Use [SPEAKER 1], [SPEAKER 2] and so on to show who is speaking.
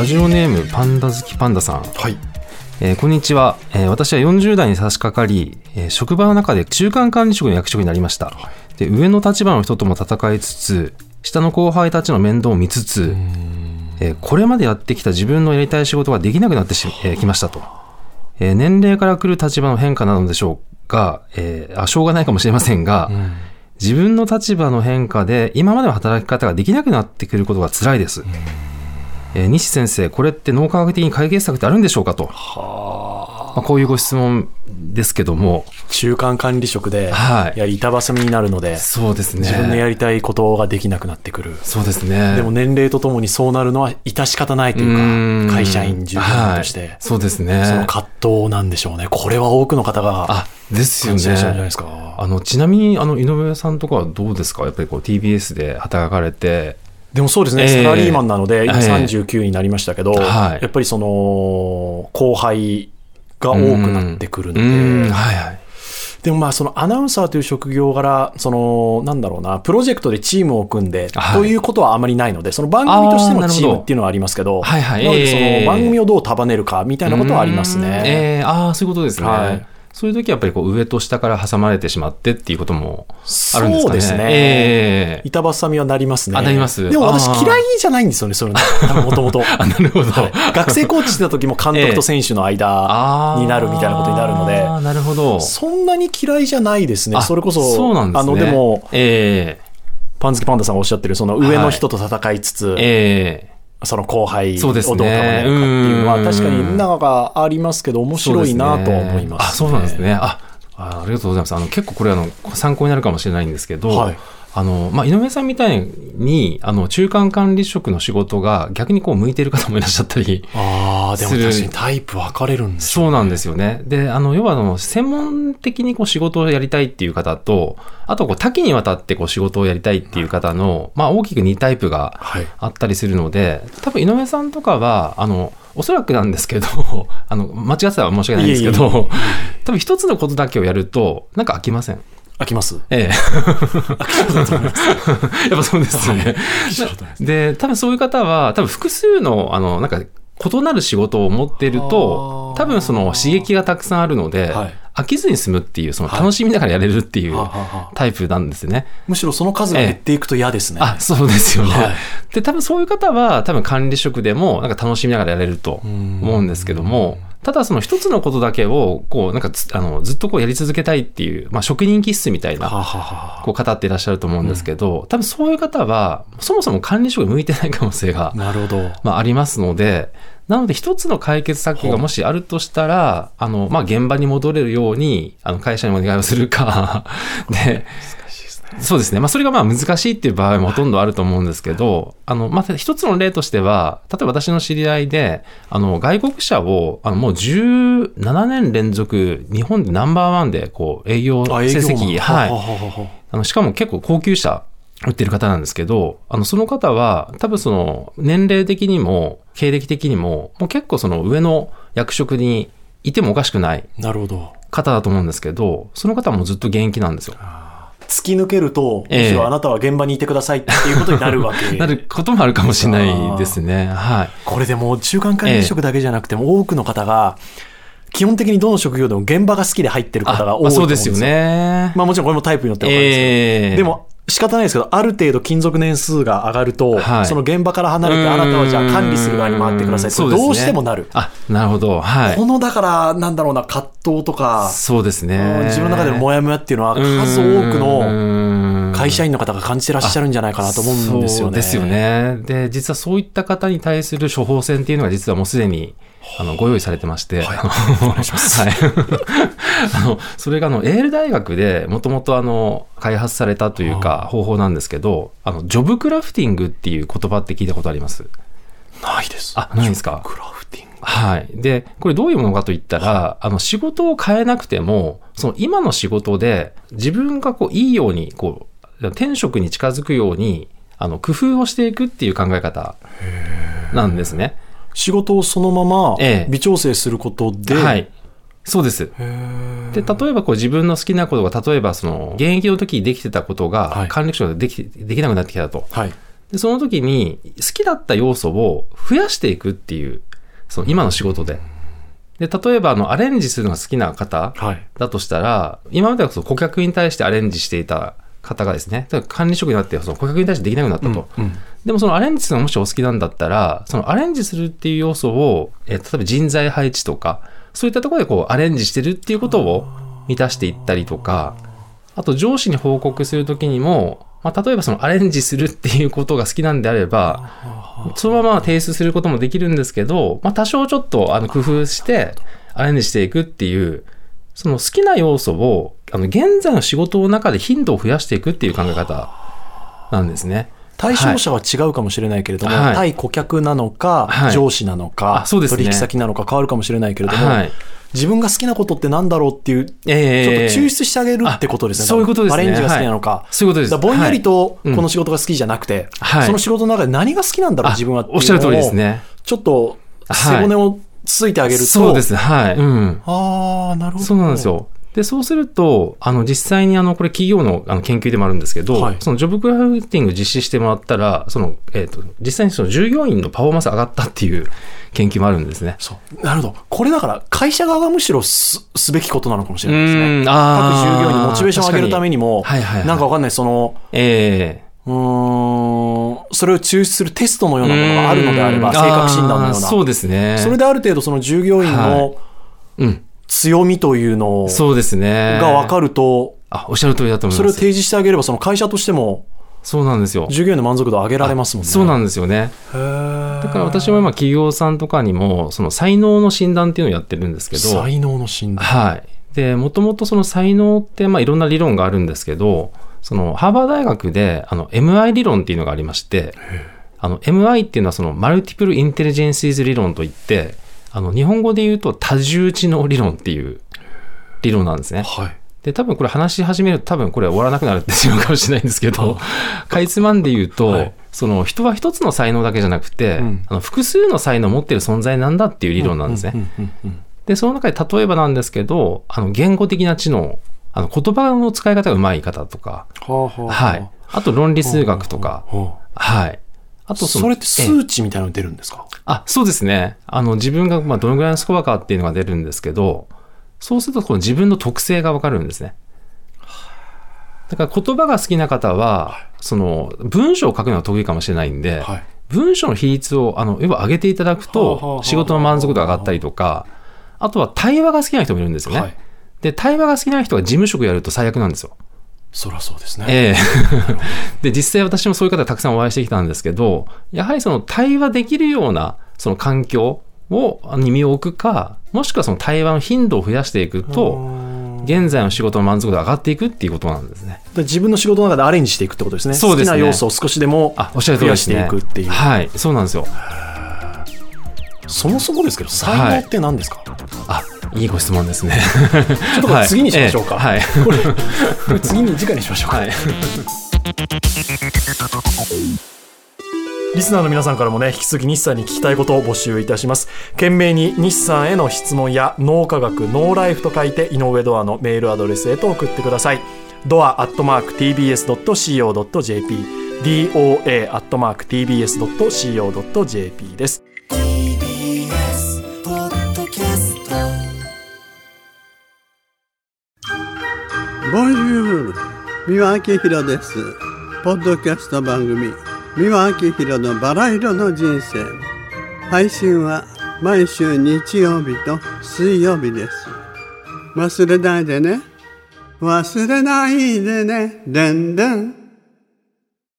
[SPEAKER 1] ラジオネームパンダ好きパンダさん、
[SPEAKER 2] はい。
[SPEAKER 1] こんにちは。私は40代に差し掛かり、職場の中で中間管理職の役職になりました。で、上の立場の人とも戦いつつ、下の後輩たちの面倒を見つつ、これまでやってきた自分のやりたい仕事ができなくなってきましたと。年齢から来る立場の変化なのでしょうが、しょうがないかもしれませんが、自分の立場の変化で今までの働き方ができなくなってくることが辛いです。西先生、これって脳科学的に解決策ってあるんでしょうかと。こういうご質問ですけども、
[SPEAKER 2] 中間管理職でやり板挟みになるので、
[SPEAKER 1] そうですね、
[SPEAKER 2] 自分のやりたいことができなくなってくる。
[SPEAKER 1] そうですね。
[SPEAKER 2] でも年齢とともにそうなるのは致し方ないというか、会社員従業員として、
[SPEAKER 1] そうですね、
[SPEAKER 2] その葛藤なんでしょうね。これは多くの方が
[SPEAKER 1] ですよね。
[SPEAKER 2] 感じてらっしゃるんじゃないですか。
[SPEAKER 1] ちなみに井上さんとかはどうですか。やっぱりTBS で働かれて。
[SPEAKER 2] でもそうですね、サラリーマンなので、今39になりましたけど、やっぱりその後輩が多くなってくるので、でもそのアナウンサーという職業柄、なんだろうな、プロジェクトでチームを組んで、ということはあまりないので、その番組としてのチームっていうのはありますけど、なのでその番組をどう束ねるかみたいなことはありますね。
[SPEAKER 1] そういうことですね。そういう時はやっぱり上と下から挟まれてしまってっていうこともあるんですかね。そうですね。板
[SPEAKER 2] 挟みはなりますね。
[SPEAKER 1] なります。
[SPEAKER 2] でも私嫌いじゃないんですよね、それもともと。
[SPEAKER 1] なるほど。
[SPEAKER 2] 学生コーチしてた時も監督と選手の間になるみたいなことになるので、
[SPEAKER 1] なるほど。
[SPEAKER 2] そんなに嫌いじゃないですね。それこそ、
[SPEAKER 1] そうなんですね。
[SPEAKER 2] でも、パン好きパンダさんがおっしゃってる、その上の人と戦いつつ、その後輩をどう束ねるかっていうのは確かになんかありますけど、面白いなとは思いますね。
[SPEAKER 1] そうなんですね。ありがとうございます。結構これ参考になるかもしれないんですけど、井上さんみたいに中間管理職の仕事が逆に向いている方もいらっしゃったりする。
[SPEAKER 2] でも確かにタイプ分かれるんですよね。
[SPEAKER 1] そうなんですよね。で、要は専門的に仕事をやりたいっていう方と、あと多岐にわたって仕事をやりたいっていう方の、大きく2タイプがあったりするので、多分井上さんとかはおそらくなんですけど間違ってたら申し訳ないんですけど、多分一つのことだけをやるとなんか飽きません？
[SPEAKER 2] 飽きます。
[SPEAKER 1] やっぱそうですね。で、多分そういう方は多分複数のなんか異なる仕事を持っていると、多分その刺激がたくさんあるので、飽きずに済むっていう、その楽しみながらやれるっていうタイプなんですね。
[SPEAKER 2] むしろその数が減っていくと嫌ですね。
[SPEAKER 1] そうですよね。で、多分そういう方は多分管理職でもなんか楽しみながらやれると思うんですけども、ただその一つのことだけをなんかずっとやり続けたいっていう、職人気質みたいな方っていらっしゃると思うんですけど、多分そういう方はそもそも管理職に向いてない可能性がありますので、なので一つの解決策がもしあるとしたら、現場に戻れるように会社にお願いをするかで、そうですね。それが難しいっていう場合もほとんどあると思うんですけど、一つの例としては、例えば私の知り合いで、外国車を、もう17年連続、日本でナンバーワンで、営業成績、しかも結構高級車売ってる方なんですけど、その方は、多分年齢的にも、経歴的にも、もう結構上の役職にいてもおかしくない方だと思うんですけど、その方はもうずっと現役なんですよ。
[SPEAKER 2] 突き抜けると、むしろあなたは現場にいてくださいっていうことになるわけ
[SPEAKER 1] なることもあるかもしれないですね。
[SPEAKER 2] これでも中間管理職だけじゃなくても、多くの方が基本的にどの職業でも現場が好きで入ってる方が多いと思うんですよ。
[SPEAKER 1] そうですよね。
[SPEAKER 2] もちろんこれもタイプによっては分かるんですけど、でも仕方ないですけど、ある程度勤続年数が上がると、その現場から離れて、あなたはじゃあ管理する側に回ってください。これどうしてもなる。
[SPEAKER 1] なるほど。
[SPEAKER 2] このだからなんだろうな、葛藤とか、
[SPEAKER 1] そうですね。
[SPEAKER 2] 自分の中でのモヤモヤっていうのは数多くの会社員の方が感じてらっしゃるんじゃないかなと思うんですよね。
[SPEAKER 1] そうですよね。で、実はそういった方に対する処方箋っていうのが実はもうすでにご用意されてまして、
[SPEAKER 2] お願いします。
[SPEAKER 1] それがエール大学でもともと開発されたというか方法なんですけど、ジョブクラフティングっていう言葉って聞いたことあります？
[SPEAKER 2] ないです。
[SPEAKER 1] ないですか？
[SPEAKER 2] ジョブクラフティング。
[SPEAKER 1] で、これどういうものかといったら、仕事を変えなくても、その今の仕事で自分がいいように転職に近づくように工夫をしていくっていう考え方なんですね。
[SPEAKER 2] 仕事をそのまま微調整することで、
[SPEAKER 1] そうです。で、例えば自分の好きなことが、例えば現役の時にできてたことが管理職でできなくなってきたと。 で、その時に好きだった要素を増やしていくっていう、その今の仕事で。で、例えばアレンジするのが好きな方だとしたら、今までは顧客に対してアレンジしていた方がですね、管理職になってその顧客に対してできなくなったと。でもそのアレンジするのがもしお好きなんだったら、そのアレンジするっていう要素を、例えば人材配置とか、そういったところでアレンジしてるっていうことを満たしていったりとか、あと上司に報告するときにも、例えばそのアレンジするっていうことが好きなんであれば、そのまま提出することもできるんですけど、多少ちょっと工夫してアレンジしていくっていう、その好きな要素を現在の仕事の中で頻度を増やしていくっていう考え方なんですね。
[SPEAKER 2] 対象者は違うかもしれないけれども、対顧客なのか、上司なのか、取引先なのか変わるかもしれないけれども、自分が好きなことってなんだろうっていう、ちょっと抽出してあげるってことですね。
[SPEAKER 1] そういうことですね。
[SPEAKER 2] アレンジが好きなのか。
[SPEAKER 1] そういうことです。
[SPEAKER 2] ぼんやりとこの仕事が好きじゃなくて、その仕事の中で何が好きなんだろう、自分はっていうのを。
[SPEAKER 1] おっしゃる通りですね。
[SPEAKER 2] ちょっと背骨をついてあげると。
[SPEAKER 1] そうですね。はい。
[SPEAKER 2] なるほど。
[SPEAKER 1] そうなんですよ。で、そうすると、実際にこれ企業の研究でもあるんですけど、そのジョブクラフティング実施してもらったら、実際にその従業員のパフォーマンス上がったっていう研究もあるんですね。
[SPEAKER 2] なるほど。これだから会社側がむしろすべきことなのかもしれないですね。各従業員にモチベーションを上げるためにも、なんかわかんない、それを抽出するテストのようなものがあるのであれば、性格診断のような。
[SPEAKER 1] そうですね。
[SPEAKER 2] それである程度その従業員の、強みというのが分かると、
[SPEAKER 1] おっしゃる通りだと思います。
[SPEAKER 2] それを提示してあげれば、その会社としても、
[SPEAKER 1] そうなんですよ。
[SPEAKER 2] 従業員の満足度を上げられますもんね。
[SPEAKER 1] そうなんですよね。だから私も今企業さんとかにも、その才能の診断っていうのをやってるんですけど。
[SPEAKER 2] 才能の診断。
[SPEAKER 1] はい。で、もともとその才能って、いろんな理論があるんですけど、そのハーバード大学で、MI 理論っていうのがありまして、MI っていうのはそのマルティプルインテリジェンシーズ理論といって、日本語で言うと多重知能理論っていう理論なんですね。で、多分これ話し始めると多分これ終わらなくなるってしまうかもしれないんですけど、かいつまんで言うと、その人は一つの才能だけじゃなくて、複数の才能を持っている存在なんだっていう理論なんですね。で、その中で例えばなんですけど、言語的な知能、言葉の使い方が上手い方とか、あと論理数学とか、あと
[SPEAKER 2] それって数値みたいなの出るんですか？
[SPEAKER 1] そうですね。自分がどのぐらいのスコアかっていうのが出るんですけど、そうするとこの自分の特性がわかるんですね。だから言葉が好きな方は、その文章を書くのが得意かもしれないんで、文章の比率を要は上げていただくと仕事の満足度が上がったりとか、あとは対話が好きな人もいるんですよね。で、対話が好きな人が事務職やると最悪なんですよ。
[SPEAKER 2] そりゃそうですね。
[SPEAKER 1] で、実際私もそういう方たくさんお会いしてきたんですけど、やはりその対話できるようなその環境に身を置くか、もしくはその対話の頻度を増やしていくと、現在の仕事の満足度が上がっていくっていうことなんですね。
[SPEAKER 2] 自分の仕事の中でアレンジしていくってことですね。そうですね。好きな要素を少しでも増やしていくっていう。
[SPEAKER 1] はい、そうなんですよ。
[SPEAKER 2] そもそもですけど、才能って何ですか？
[SPEAKER 1] いいご質問ですね。
[SPEAKER 2] ちょっとこれ次にしましょうか。これ次ににしましょうか。リスナーの皆さんからもね、引き続き日産に聞きたいことを募集いたします。懸命に日産への質問や脳科学ノーライフと書いて井上ドアのメールアドレスへと送ってください。doa@tbs.co.jp doa@tbs.co.jp です。
[SPEAKER 3] ボンジュール、三輪明宏です。ポッドキャスト番組三輪明宏のバラ色の人生、配信は毎週日曜日と水曜日です。忘れないでね、忘れないでね、でんでん。